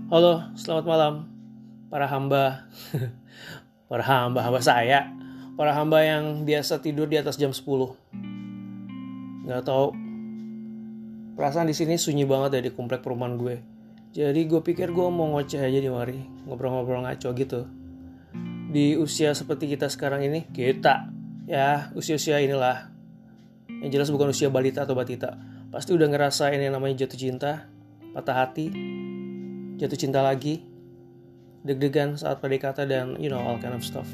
Halo, selamat malam para hamba, hamba saya, para hamba yang biasa tidur di atas jam 10. Nggak tahu, perasaan di sini sunyi banget ya di komplek perumahan gue. Jadi gue pikir gue mau ngoceh aja di mari, ngobrol-ngobrol ngaco gitu. Di usia seperti kita sekarang ini, ya usia-usia inilah. Yang jelas bukan usia balita atau batita. Pasti udah ngerasain yang namanya jatuh cinta, patah hati, jatuh cinta lagi, deg-degan saat PDKT dan all kind of stuff.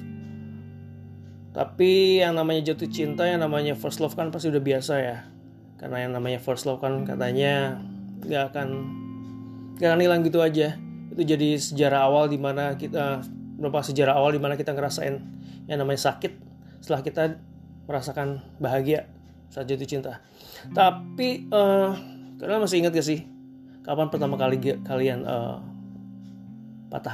Tapi yang namanya jatuh cinta, yang namanya first love kan pasti udah biasa ya. Karena yang namanya first love kan katanya gak akan hilang gitu aja. Itu jadi sejarah awal dimana kita ngerasain yang namanya sakit setelah kita merasakan bahagia saat jatuh cinta. Tapi kalian masih ingat gak sih kapan pertama kali kalian patah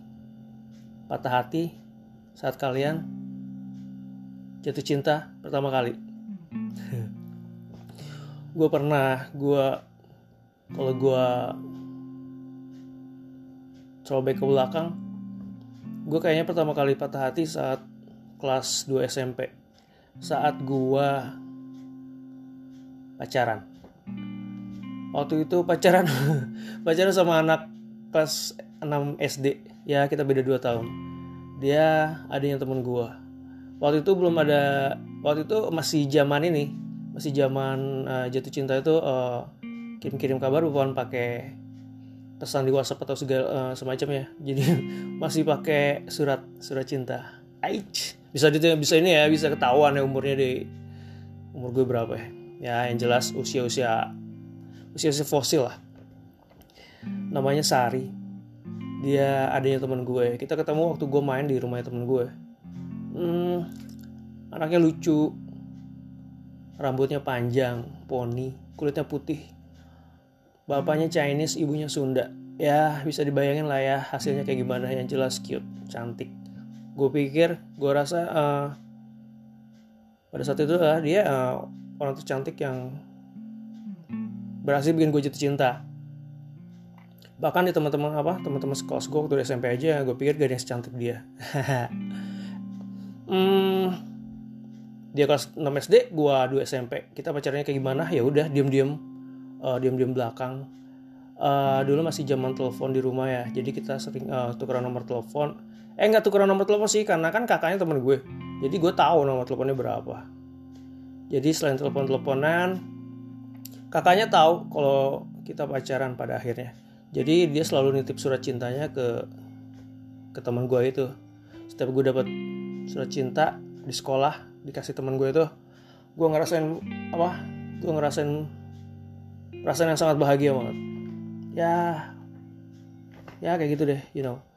hati saat kalian jatuh cinta pertama kali? Kalau gue throwback ke belakang, gue kayaknya pertama kali patah hati saat kelas 2 SMP, saat gue pacaran. Waktu itu pacaran sama anak kelas 6 SD. Ya, kita beda 2 tahun. Dia adanya temen gue. Waktu itu masih zaman jatuh cinta itu kirim-kirim kabar bukan pakai pesan di WhatsApp atau segala semacamnya. Jadi masih pakai surat cinta. Bisa ketahuan ya umurnya umur gue berapa ya. Ya yang jelas usia fosil lah. Namanya Sari. Dia adanya teman gue. Kita ketemu waktu gue main di rumahnya teman gue. Anaknya lucu, rambutnya panjang, poni, kulitnya putih. Bapaknya Chinese, ibunya Sunda. Ya bisa dibayangin lah ya hasilnya kayak gimana. Yang jelas cute, cantik. Gue rasa pada saat itu dia orang tercantik yang berhasil bikin gue jatuh cinta. Bahkan di teman-teman sekelas gue waktu SMP aja, gue pikir gak ada yang secantik dia. Dia kelas 6 SD, gue 2 SMP. Kita pacarnya kayak gimana? Ya udah diam-diam belakang. Dulu masih zaman telepon di rumah ya, jadi kita sering tukeran nomor telepon. Nggak tukeran nomor telepon sih, karena kan kakaknya temen gue. Jadi gue tahu nomor teleponnya berapa. Jadi selain telepon-teleponan, kakaknya tahu kalau kita pacaran pada akhirnya. Jadi dia selalu nitip surat cintanya ke teman gue itu. Setiap gue dapat surat cinta di sekolah dikasih teman gue itu, gue ngerasain perasaan yang sangat bahagia banget. Ya kayak gitu deh,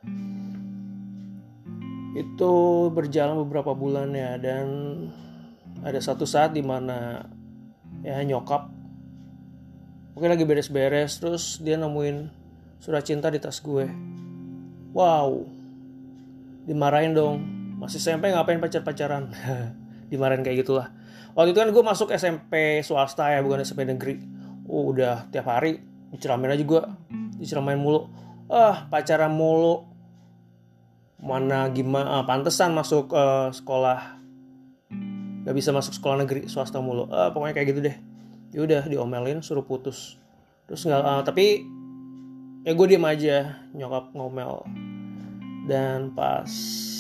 Itu berjalan beberapa bulan ya, dan ada satu saat dimana ya nyokap mungkin lagi beres-beres, terus dia nemuin surat cinta di tas gue. Wow, dimarahin dong. Masih SMP ngapain pacaran? Dimarahin kayak gitulah. Waktu itu kan gue masuk SMP swasta ya, bukan SMP negeri. Udah tiap hari diceramain aja gue, diceramain mulu. Pacaran mulu. Mana gimana? Pantesan masuk sekolah. Gak bisa masuk sekolah negeri, swasta mulu. Pokoknya kayak gitu deh. Ya udah diomelin, suruh putus. Terus tapi ya gue diem aja, nyokap ngomel. Dan pas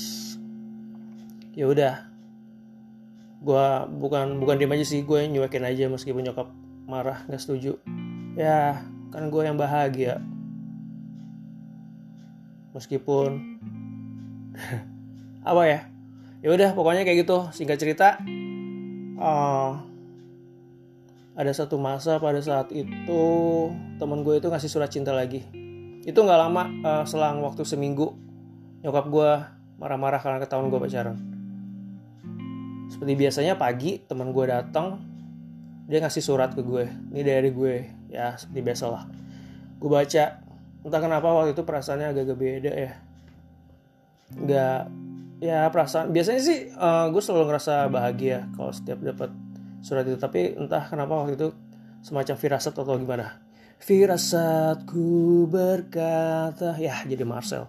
ya udah, gue bukan diem aja sih, gue nyuekin aja meskipun nyokap marah, nggak setuju. Ya kan gue yang bahagia, meskipun apa ya. Ya udah pokoknya kayak gitu. Singkat cerita, ada satu masa pada saat itu temen gue itu ngasih surat cinta lagi. Itu nggak lama, selang waktu seminggu, nyokap gue marah-marah karena ketahuan gue pacaran. Seperti biasanya pagi teman gue datang, dia ngasih surat ke gue. Ini dari gue, ya seperti biasalah. Gue baca, entah kenapa waktu itu perasaannya agak beda ya. Perasaan biasanya sih gue selalu ngerasa bahagia kalau setiap dapat surat itu, tapi entah kenapa waktu itu semacam firasat atau gimana. Firasatku berkata, ya jadi Marcel.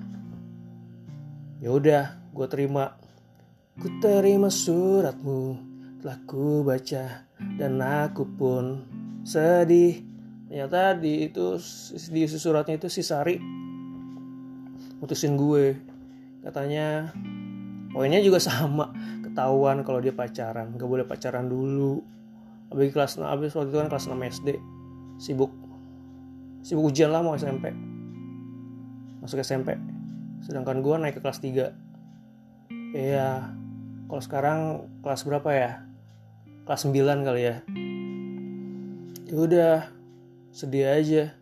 Ya udah, gue terima. Ku terima suratmu, telah ku baca, dan aku pun sedih. Ternyata di isi suratnya itu si Sari mutusin gue. Katanya poinnya juga sama, ketahuan kalau dia pacaran, gak boleh pacaran dulu. Abis waktu itu kan kelas 6 SD, sibuk ujian lah mau SMP, masuk SMP. Sedangkan gue naik ke kelas 3. Ya, kalau sekarang kelas berapa ya? Kelas 9 kali ya. Ya udah, sedih aja.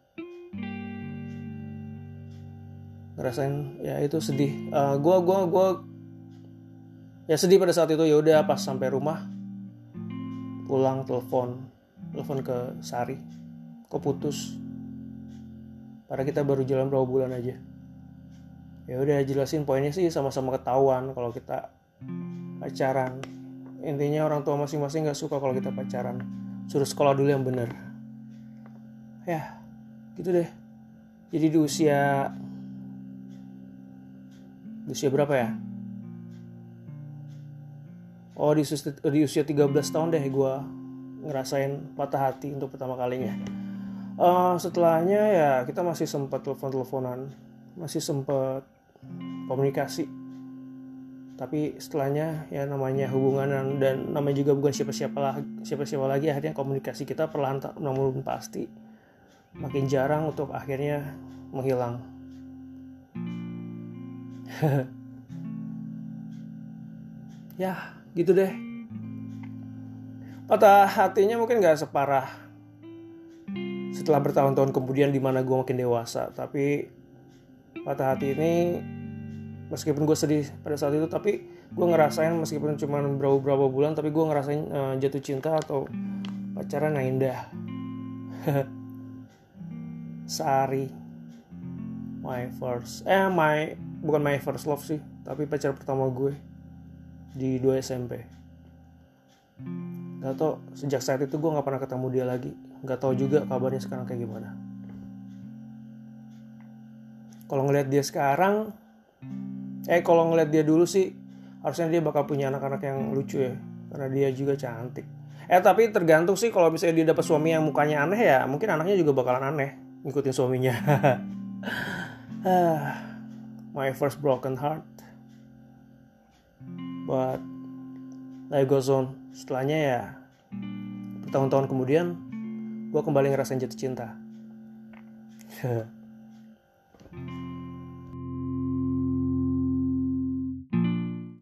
Ngerasain ya itu sedih. Gue ya sedih pada saat itu. Ya udah, pas sampai rumah pulang telepon ke Sari, kok putus, padahal kita baru jalan berapa bulan aja. Ya udah, jelasin poinnya sih sama-sama ketahuan kalau kita pacaran. Intinya orang tua masing-masing nggak suka kalau kita pacaran, suruh sekolah dulu yang bener. Ya gitu deh. Jadi di usia berapa ya? Oh, di usia 13 tahun deh gue ngerasain patah hati untuk pertama kalinya. Setelahnya ya kita masih sempat telepon-teleponan, masih sempat komunikasi. Tapi setelahnya ya namanya hubungan dan namanya juga bukan siapa-siapa lagi, akhirnya komunikasi kita perlahan namun pasti makin jarang untuk akhirnya menghilang. Ya gitu deh. Patah hatinya mungkin gak separah setelah bertahun-tahun kemudian dimana gue makin dewasa. Tapi patah hati ini, meskipun gue sedih pada saat itu, tapi gue ngerasain meskipun cuma berapa bulan, tapi gue ngerasain jatuh cinta atau pacaran yang indah. Sari, bukan my first love sih, tapi pacar pertama gue di 2 SMP. Gak tau, sejak saat itu gue gak pernah ketemu dia lagi. Gak tau juga kabarnya sekarang kayak gimana. Kalau ngeliat dia sekarang, kalau ngeliat dia dulu sih, harusnya dia bakal punya anak-anak yang lucu ya, karena dia juga cantik. Tapi tergantung sih, kalau misalnya dia dapat suami yang mukanya aneh ya, mungkin anaknya juga bakalan aneh ngikutin suaminya. My first broken heart, but life goes on. Setelahnya ya bertahun-tahun kemudian gue kembali ngerasain jatuh cinta.